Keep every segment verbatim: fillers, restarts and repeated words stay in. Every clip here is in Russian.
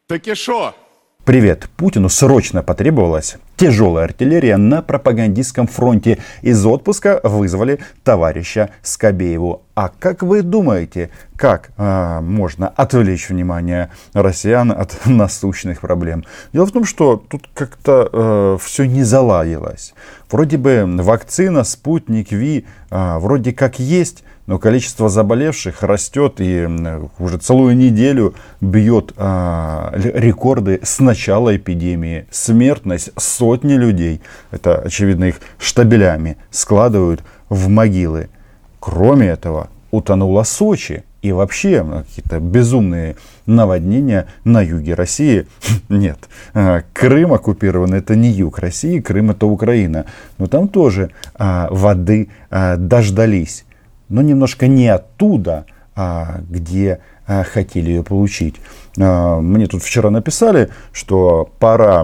Таки шо? Привет. Путину срочно потребовалась тяжелая артиллерия на пропагандистском фронте. Из отпуска вызвали товарища Скобееву. А как вы думаете, как э, можно отвлечь внимание россиян от насущных проблем? Дело в том, что тут как-то э, все не заладилось. Вроде бы вакцина, спутник Ви э, вроде как есть, но количество заболевших растет и уже целую неделю бьет э, рекорды с начала эпидемии. Смертность сотни людей. Это, очевидно, их штабелями складывают в могилы. Кроме этого, утонула Сочи. И вообще какие-то безумные наводнения на юге России. Нет, Крым оккупирован, это не юг России, Крым это Украина. Но там тоже а, воды а, дождались. Но немножко не оттуда, а, где а, хотели ее получить. А, мне тут вчера написали, что пора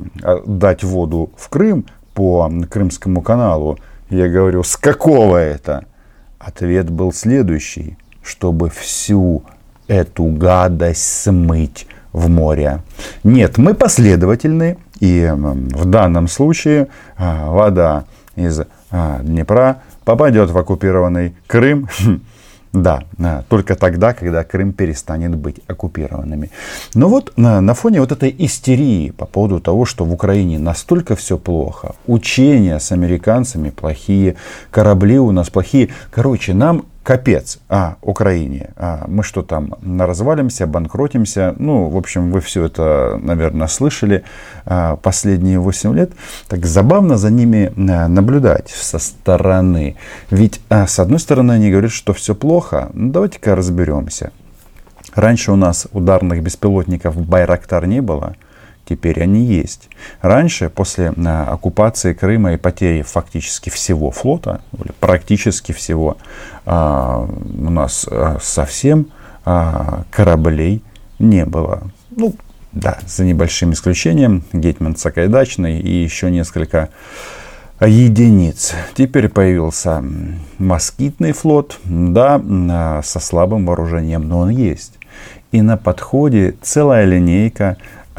дать воду в Крым по Крымскому каналу. Я говорю, с какого это? Ответ был следующий. Чтобы всю эту гадость смыть в море. Нет, мы последовательны. И в данном случае а, вода из а, Днепра попадет в оккупированный Крым. Да, только тогда, когда Крым перестанет быть оккупированными. Но вот на, на фоне вот этой истерии по поводу того, что в Украине настолько все плохо, учения с американцами плохие, корабли у нас плохие. Короче, нам капец, а, Украине. А, мы что там, развалимся, банкротимся. Ну, в общем, вы все это, наверное, слышали а, последние восемь лет. Так забавно за ними а, наблюдать со стороны. Ведь, а, с одной стороны, они говорят, что все плохо. Ну, давайте-ка разберемся. Раньше у нас ударных беспилотников Байрактар не было. Теперь они есть. Раньше, после а, оккупации Крыма и потери фактически всего флота, практически всего, а, у нас а, совсем а, кораблей не было. Ну, да, за небольшим исключением. Гетман Сагайдачный и еще несколько единиц. Теперь появился москитный флот, да, а, со слабым вооружением, но он есть. И на подходе целая линейка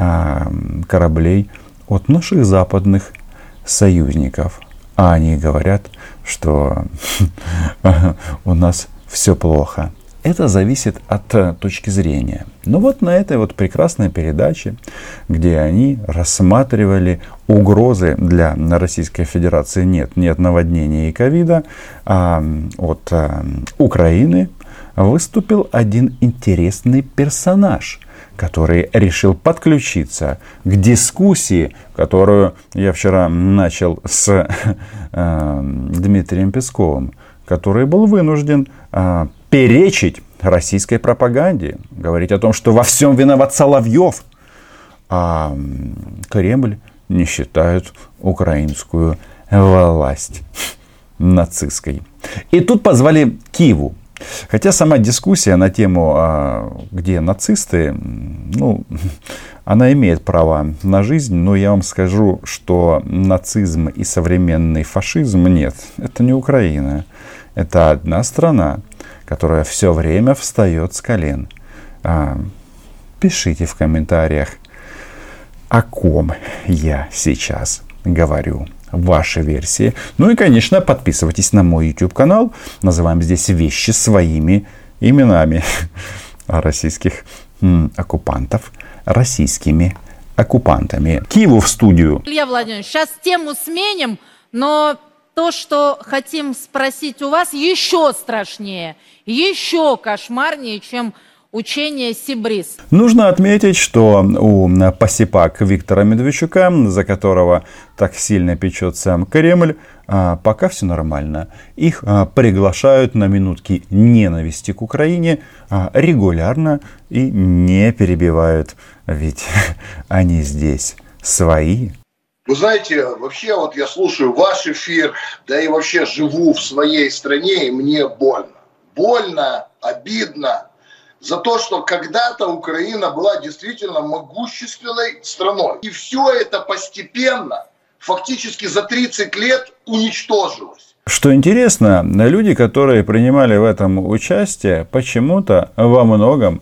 кораблей от наших западных союзников. А они говорят, что у нас все плохо. Это зависит от точки зрения. Но вот на этой вот прекрасной передаче, где они рассматривали угрозы для Российской Федерации, нет, не от наводнения и ковида, а от Украины, выступил один интересный персонаж, который решил подключиться к дискуссии, которую я вчера начал с э, Дмитрием Песковым, который был вынужден э, перечить российской пропаганде, говорить о том, что во всем виноват Соловьев, а Кремль не считает украинскую власть нацистской. И тут позвали Киеву. Хотя сама дискуссия на тему, где нацисты, ну, она имеет право на жизнь, но я вам скажу, что нацизм и современный фашизм нет. Это не Украина. Это одна страна, которая все время встает с колен. Пишите в комментариях, о ком я сейчас говорю. Ваши версии. Ну и, конечно, подписывайтесь на мой YouTube канал. Называем здесь вещи своими именами. Российских м, оккупантов российскими оккупантами. Киеву в студию. Илья Владимирович, сейчас тему сменим, но то, что хотим спросить у вас, еще страшнее, еще кошмарнее, чем учение Сибриз. Нужно отметить, что у посипак Виктора Медведчука, за которого так сильно печется Кремль, пока все нормально. Их приглашают на минутки ненависти к Украине регулярно и не перебивают, ведь они здесь свои. Вы знаете, вообще вот я слушаю ваш эфир, да и вообще живу в своей стране, и мне больно. Больно, обидно. За то, что когда-то Украина была действительно могущественной страной. И все это постепенно, фактически за тридцать лет уничтожилось. Что интересно, люди, которые принимали в этом участие, почему-то во многом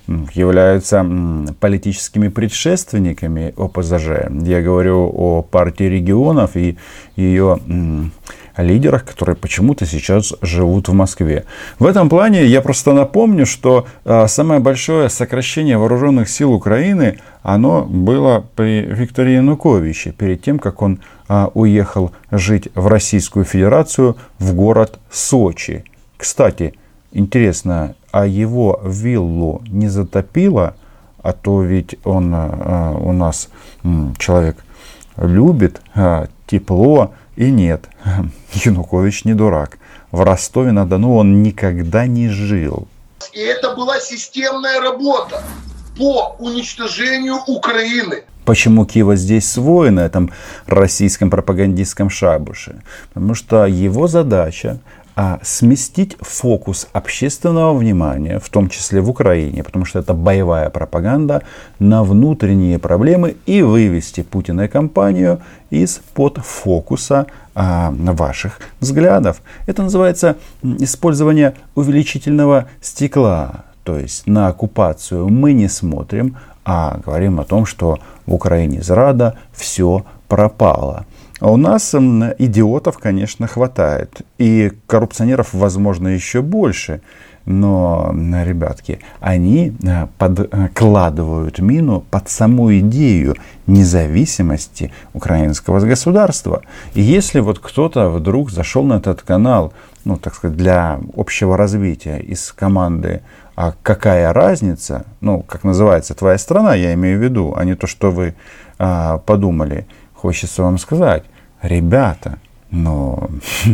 являются политическими предшественниками о пэ зэ жэ. Я говорю о партии регионов и ее лидерах, которые почему-то сейчас живут в Москве. В этом плане я просто напомню, что а, самое большое сокращение вооруженных сил Украины, оно было при Викторе Януковиче, перед тем, как он а, уехал жить в Российскую Федерацию, в город Сочи. Кстати, интересно, а его виллу не затопило? А то ведь он а, у нас м, человек любит а, тепло. И нет, Янукович не дурак. В Ростове-на-Дону он никогда не жил. И это была системная работа по уничтожению Украины. Почему Кива здесь свой на этом российском пропагандистском шабуше? Потому что его задача а сместить фокус общественного внимания, в том числе в Украине, потому что это боевая пропаганда, на внутренние проблемы и вывести Путина и компанию из-под фокуса а, ваших взглядов. Это называется использование увеличительного стекла. То есть на оккупацию мы не смотрим, а говорим о том, что в Украине зрада, все пропало. А у нас идиотов, конечно, хватает. И коррупционеров, возможно, еще больше. Но, ребятки, они подкладывают мину под саму идею независимости украинского государства. И если вот кто-то вдруг зашел на этот канал, ну, так сказать, для общего развития из команды «А какая разница?», ну, как называется твоя страна, я имею в виду, а не то, что вы а, подумали, хочется вам сказать, ребята, но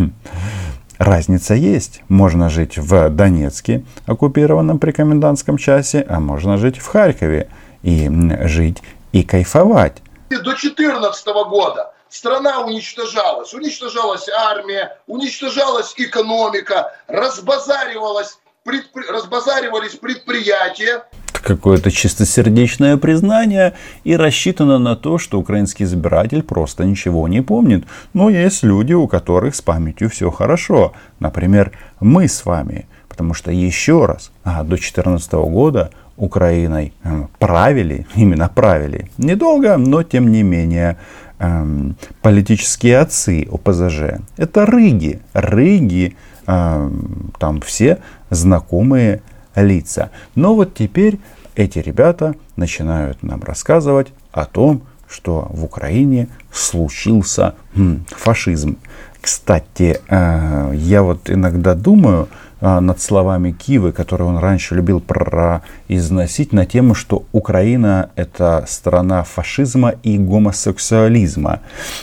разница есть. Можно жить в Донецке, оккупированном при комендантском часе, а можно жить в Харькове и жить и кайфовать. До две тысячи четырнадцатого года страна уничтожалась. Уничтожалась армия, уничтожалась экономика, разбазаривалась, предпри... разбазаривались предприятия. Какое-то чистосердечное признание и рассчитано на то, что украинский избиратель просто ничего не помнит. Но есть люди, у которых с памятью все хорошо. Например, мы с вами. Потому что еще раз, а, до две тысячи четырнадцатого года Украиной э, правили, именно правили, недолго, но тем не менее, э, политические отцы о пэ зэ жэ. Это рыги, рыги, э, там все знакомые лица. Но вот теперь эти ребята начинают нам рассказывать о том, что в Украине случился м, фашизм. Кстати, э, я вот иногда думаю э, над словами Кивы, которые он раньше любил произносить на тему, что Украина — это страна фашизма и гомосексуализма.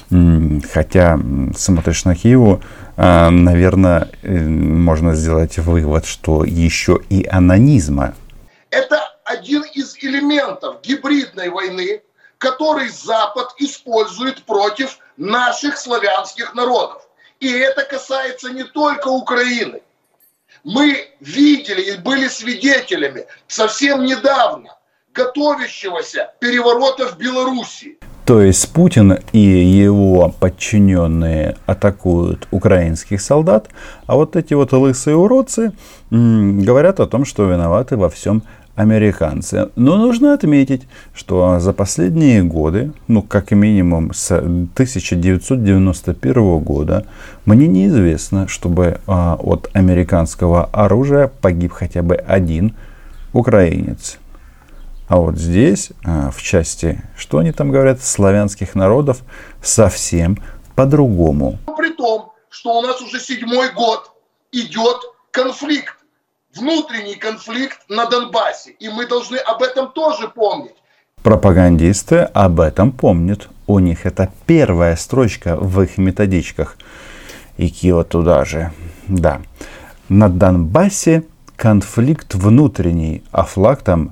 М, хотя, смотришь на Киву, э, наверное, э, можно сделать вывод, что еще и анонизма. Это один из элементов гибридной войны, который Запад использует против наших славянских народов. И это касается не только Украины. Мы видели и были свидетелями совсем недавно готовящегося переворота в Беларуси. То есть Путин и его подчиненные атакуют украинских солдат, а вот эти вот лысые уродцы м, говорят о том, что виноваты во всем американцы. Но нужно отметить, что за последние годы, ну как минимум с тысяча девятьсот девяносто первого года, мне неизвестно, чтобы а, от американского оружия погиб хотя бы один украинец. А вот здесь, а, в части, что они там говорят, славянских народов, совсем по-другому. При том, что у нас уже седьмой год идет конфликт. Внутренний конфликт на Донбассе. И мы должны об этом тоже помнить. Пропагандисты об этом помнят. У них это первая строчка в их методичках. И Киева туда же. Да. На Донбассе конфликт внутренний, а флаг там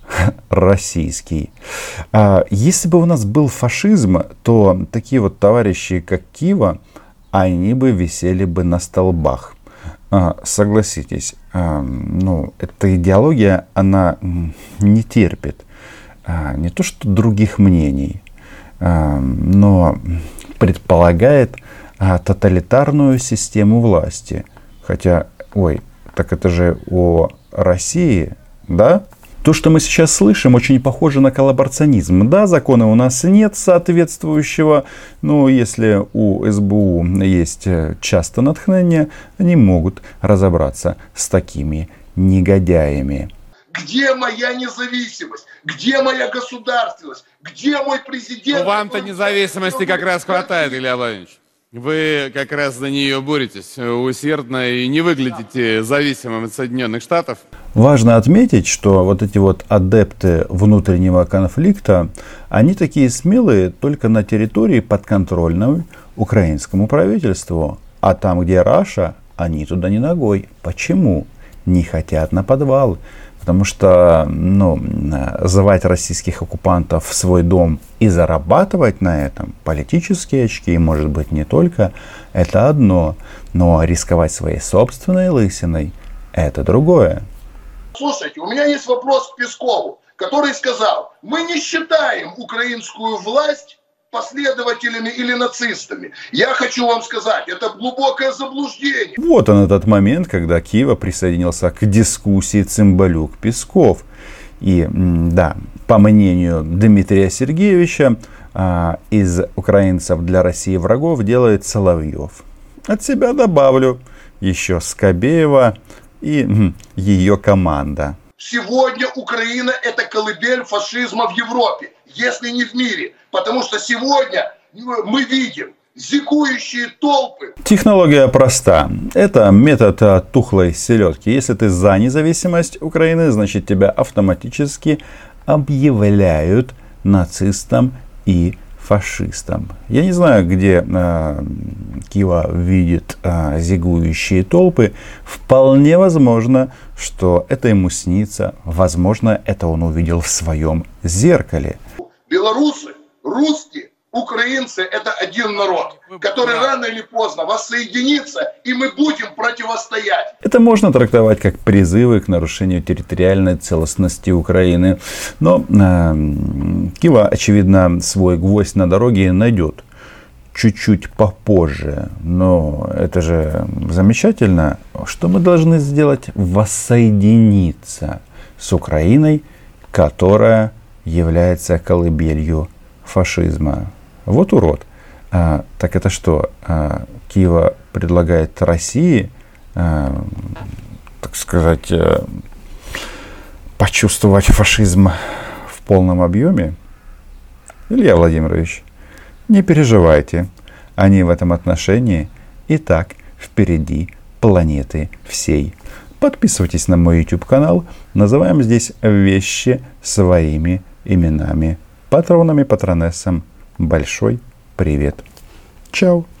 российский. А если бы у нас был фашизм, то такие вот товарищи, как Кива, они бы висели бы на столбах. А, согласитесь, а, ну, эта идеология, она не терпит а, не то что других мнений, а, но предполагает а, тоталитарную систему власти. Хотя, ой, так это же о России, да? То, что мы сейчас слышим, очень похоже на коллаборационизм. Да, закона у нас нет соответствующего, но если у эс бэ у есть часто натхнение, они могут разобраться с такими негодяями. Где моя независимость? Где моя государственность? Где мой президент? Ну, вам-то независимости как раз хватает, Илья Владимирович. Вы как раз за нее боретесь усердно и не выглядите зависимым от Соединенных Штатов. Важно отметить, что вот эти вот адепты внутреннего конфликта, они такие смелые только на территории подконтрольной украинскому правительству. А там, где Раша, они туда не ногой. Почему? Не хотят на подвал. Потому что ну, звать российских оккупантов в свой дом и зарабатывать на этом политические очки, может быть, не только, это одно. Но рисковать своей собственной лысиной – это другое. Слушайте, у меня есть вопрос к Пескову, который сказал, мы не считаем украинскую власть последователями или нацистами. Я хочу вам сказать, это глубокое заблуждение. Вот он этот момент, когда Киева присоединился к дискуссии Цымбалюк-Песков. И да, по мнению Дмитрия Сергеевича, из украинцев для России врагов делает Соловьев. От себя добавлю еще Скобеева и ее команда. Сегодня Украина – это колыбель фашизма в Европе, если не в мире. Потому что сегодня мы видим зикующие толпы. Технология проста. Это метод тухлой селедки. Если ты за независимость Украины, значит тебя автоматически объявляют нацистом и фашистом. Я не знаю, где э, Кива видит э, зигующие толпы. Вполне возможно, что это ему снится. Возможно, это он увидел в своем зеркале. Белорусы, русские, украинцы – это один народ, который рано или поздно воссоединится, и мы будем противостоять. Это можно трактовать как призывы к нарушению территориальной целостности Украины. Но э, Кива, очевидно, свой гвоздь на дороге найдет чуть-чуть попозже. Но это же замечательно. Что мы должны сделать? Воссоединиться с Украиной, которая является колыбелью фашизма. Вот урод. А, так это что? А, Киева предлагает России, а, так сказать, а, почувствовать фашизм в полном объеме? Илья Владимирович, не переживайте. Они в этом отношении и так впереди планеты всей. Подписывайтесь на мой YouTube канал. Называем здесь вещи своими именами. Патронами, патронессам большой привет. Чао.